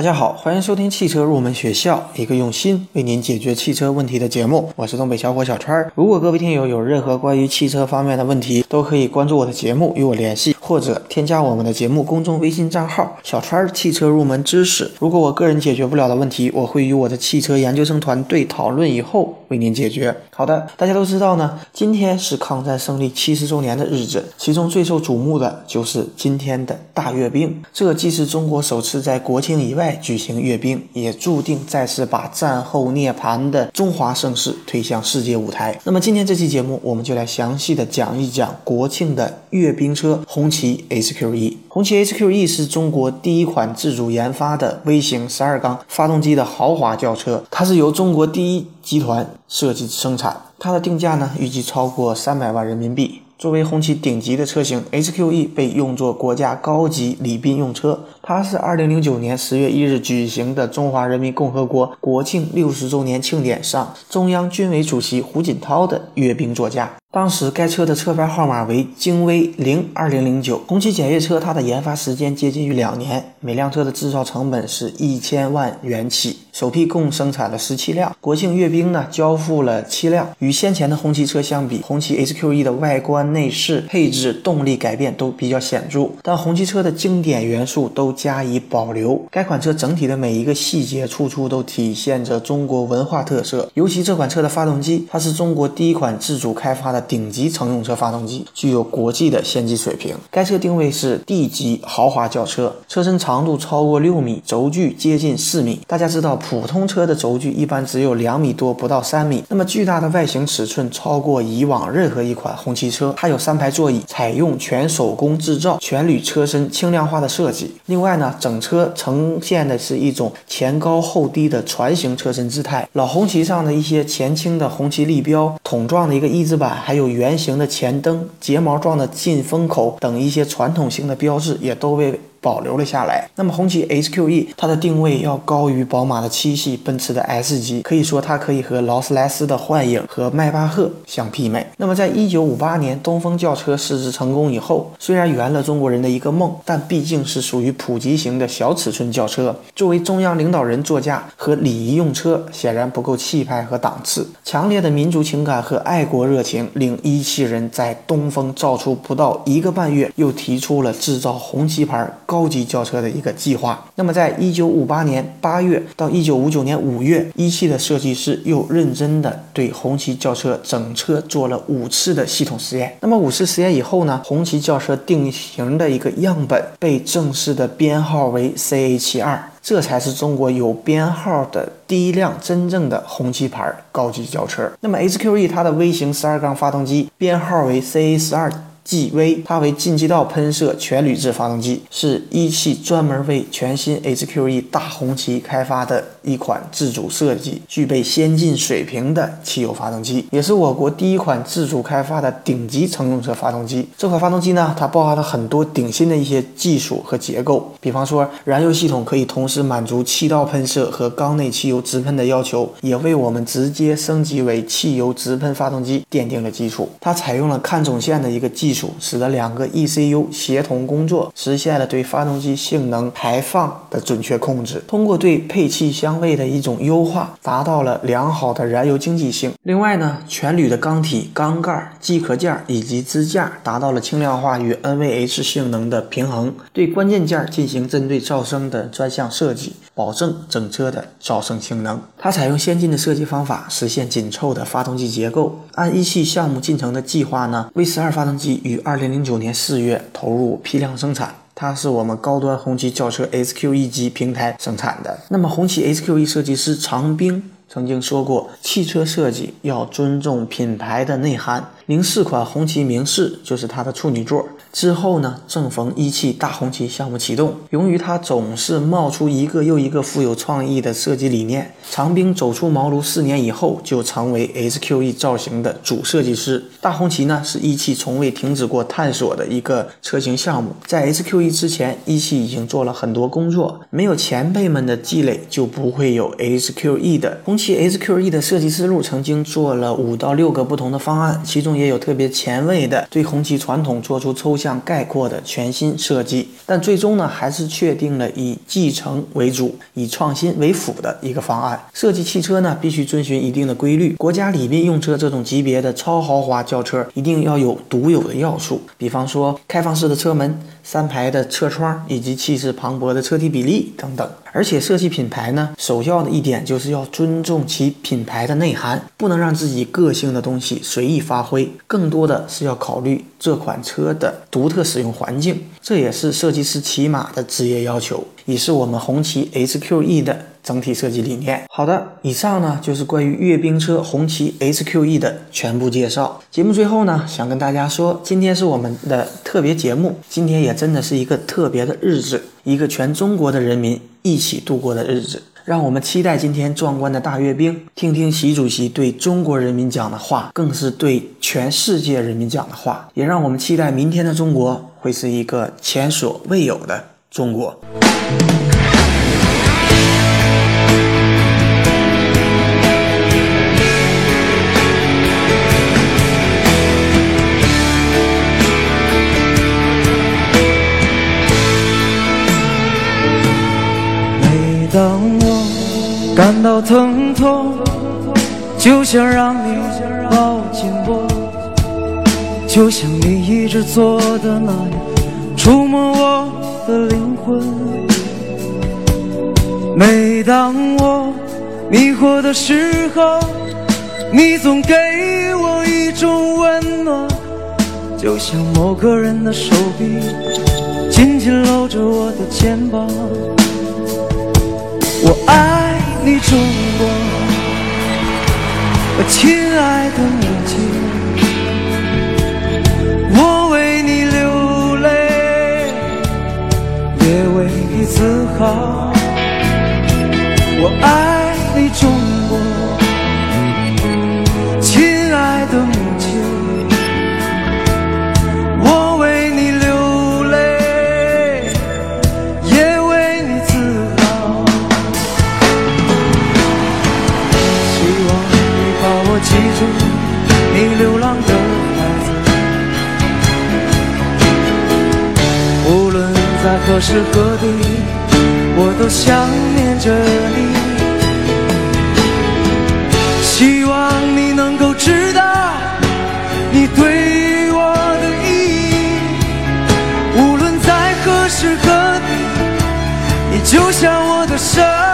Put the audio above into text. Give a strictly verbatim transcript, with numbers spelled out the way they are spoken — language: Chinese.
大家好，欢迎收听汽车入门学校，一个用心为您解决汽车问题的节目。我是东北小伙小川。如果各位听友有任何关于汽车方面的问题，都可以关注我的节目与我联系，或者添加我们的节目公众微信账号小川汽车入门知识。如果我个人解决不了的问题，我会与我的汽车研究生团队讨论以后为您解决。好的，大家都知道呢，今天是抗战胜利七十周年的日子，其中最受瞩目的就是今天的大阅兵。这既是中国首次在国庆以外举行阅兵，也注定再次把战后涅槃的中华盛世推向世界舞台。那么今天这期节目，我们就来详细的讲一讲国庆的阅兵车红旗 H Q E。 红旗 H Q E 是中国第一款自主研发的微型十二缸发动机的豪华轿车，它是由中国第一集团设计生产，它的定价呢预计超过三百万人民币。作为红旗顶级的车型 ，H Q E 被用作国家高级礼宾用车。它是二零零九年十月一日举行的中华人民共和国国庆六十周年庆典上，中央军委主席胡锦涛的阅兵座驾。当时该车的车牌号码为京威零二零零九。红旗检阅车它的研发时间接近于两年，每辆车的制造成本是一千万元起，首批共生产了十七辆。国庆阅兵呢交付了七辆。与先前的红旗车相比，红旗 H Q E 的外观、内饰、配置、动力改变都比较显著，但红旗车的经典元素都加以保留。该款车整体的每一个细节处处都体现着中国文化特色，尤其这款车的发动机，它是中国第一款自主开发的顶级乘用车发动机，具有国际的先进水平。该车定位是 D 级豪华轿车，车身长度超过六米，轴距接近四米。大家知道普通车的轴距一般只有两米多不到三米，那么巨大的外形尺寸超过以往任何一款红旗车。它有三排座椅，采用全手工制造，全铝车身轻量化的设计。另外呢，整车呈现的是一种前高后低的船形车身姿态。老红旗上的一些前倾的红旗立标、筒状的一个翼子板，还有圆形的前灯、睫毛状的进风口等一些传统性的标志也都被保留了下来。那么红旗 H Q E 它的定位要高于宝马的七系、奔驰的 S 级，可以说它可以和劳斯莱斯的幻影和迈巴赫相媲美。那么在一九五八年东风轿车试制成功以后，虽然圆了中国人的一个梦，但毕竟是属于普及型的小尺寸轿车，作为中央领导人座驾和礼仪用车，显然不够气派和档次。强烈的民族情感和爱国热情令一汽人在东风造出不到一个半月，又提出了制造红旗牌高级轿车的一个计划。那么在一九五八年八月到一九五九年五月，一汽的设计师又认真的对红旗轿车整车做了五次的系统实验。那么五次实验以后呢，红旗轿车定型的一个样本被正式的编号为 C A 七十二， 这才是中国有编号的第一辆真正的红旗牌高级轿车。那么 H Q E 它的微型十二缸发动机编号为 C A 十二G V， 它为进气道喷射全铝制发动机，是一汽专门为全新 H Q E 大红旗开发的一款自主设计、具备先进水平的汽油发动机，也是我国第一款自主开发的顶级乘用车发动机。这款发动机呢，它包含了很多顶新的一些技术和结构，比方说燃油系统可以同时满足气道喷射和缸内汽油直喷的要求，也为我们直接升级为汽油直喷发动机奠定了基础。它采用了看总线的一个技术，使得两个 E C U 协同工作，实现了对发动机性能排放的准确控制。通过对配气香味的一种优化，达到了良好的燃油经济性。另外呢，全铝的缸体、缸盖、机壳件以及支架达到了轻量化与 N V H 性能的平衡，对关键件进行针对噪声的专项设计，保证整车的噪声性能。它采用先进的设计方法，实现紧凑的发动机结构。按一汽项目进程的计划呢 ，V 十二 发动机于二零零九年四月投入批量生产，它是我们高端红旗轿车 H Q E 级平台生产的。那么红旗 H Q E 设计师常兵曾经说过，汽车设计要尊重品牌的内涵。零四款红旗明仕就是它的处女座。之后呢，正逢一汽大红旗项目启动，由于它总是冒出一个又一个富有创意的设计理念，常兵走出茅庐四年以后，就成为 H Q E 造型的主设计师。大红旗呢，是一汽从未停止过探索的一个车型项目。在 H Q E 之前，一汽已经做了很多工作，没有前辈们的积累，就不会有 H Q E 的。红旗 H Q E 的设计思路曾经做了五到六个不同的方案，其中也有特别前卫的对红旗传统做出抽象概括的全新设计，但最终呢还是确定了以继承为主，以创新为辅的一个方案。设计汽车呢必须遵循一定的规律，国家礼宾用车这种级别的超豪华轿车一定要有独有的要素，比方说开放式的车门、三排的车窗以及气势磅礴的车体比例等等。而且设计品牌呢，首要的一点就是要尊重其品牌的内涵，不能让自己个性的东西随意发挥，更多的是要考虑这款车的独特使用环境，这也是设计师起码的职业要求，也是我们红旗 H Q E 的整体设计理念。好的，以上呢就是关于阅兵车红旗 H Q E 的全部介绍。节目最后呢，想跟大家说，今天是我们的特别节目，今天也真的是一个特别的日子，一个全中国的人民一起度过的日子。让我们期待今天壮观的大阅兵，听听习主席对中国人民讲的话，更是对全世界人民讲的话，也让我们期待明天的中国会是一个前所未有的中国。 当我感到疼痛，就想让你抱紧我，就像你一直做的那样，触摸我的灵魂。每当我迷惑的时候，你总给我一种温暖，就像某个人的手臂紧紧搂着我的肩膀。我爱你中国，我亲爱的母亲，我为你流泪，也为你自豪。我爱你中国，亲爱的母亲，我为你流泪，也为你自豪。记住你流浪的孩子，无论在何时何地，我都想念着你。希望你能够知道你对我的意义，无论在何时何地，你就像我的生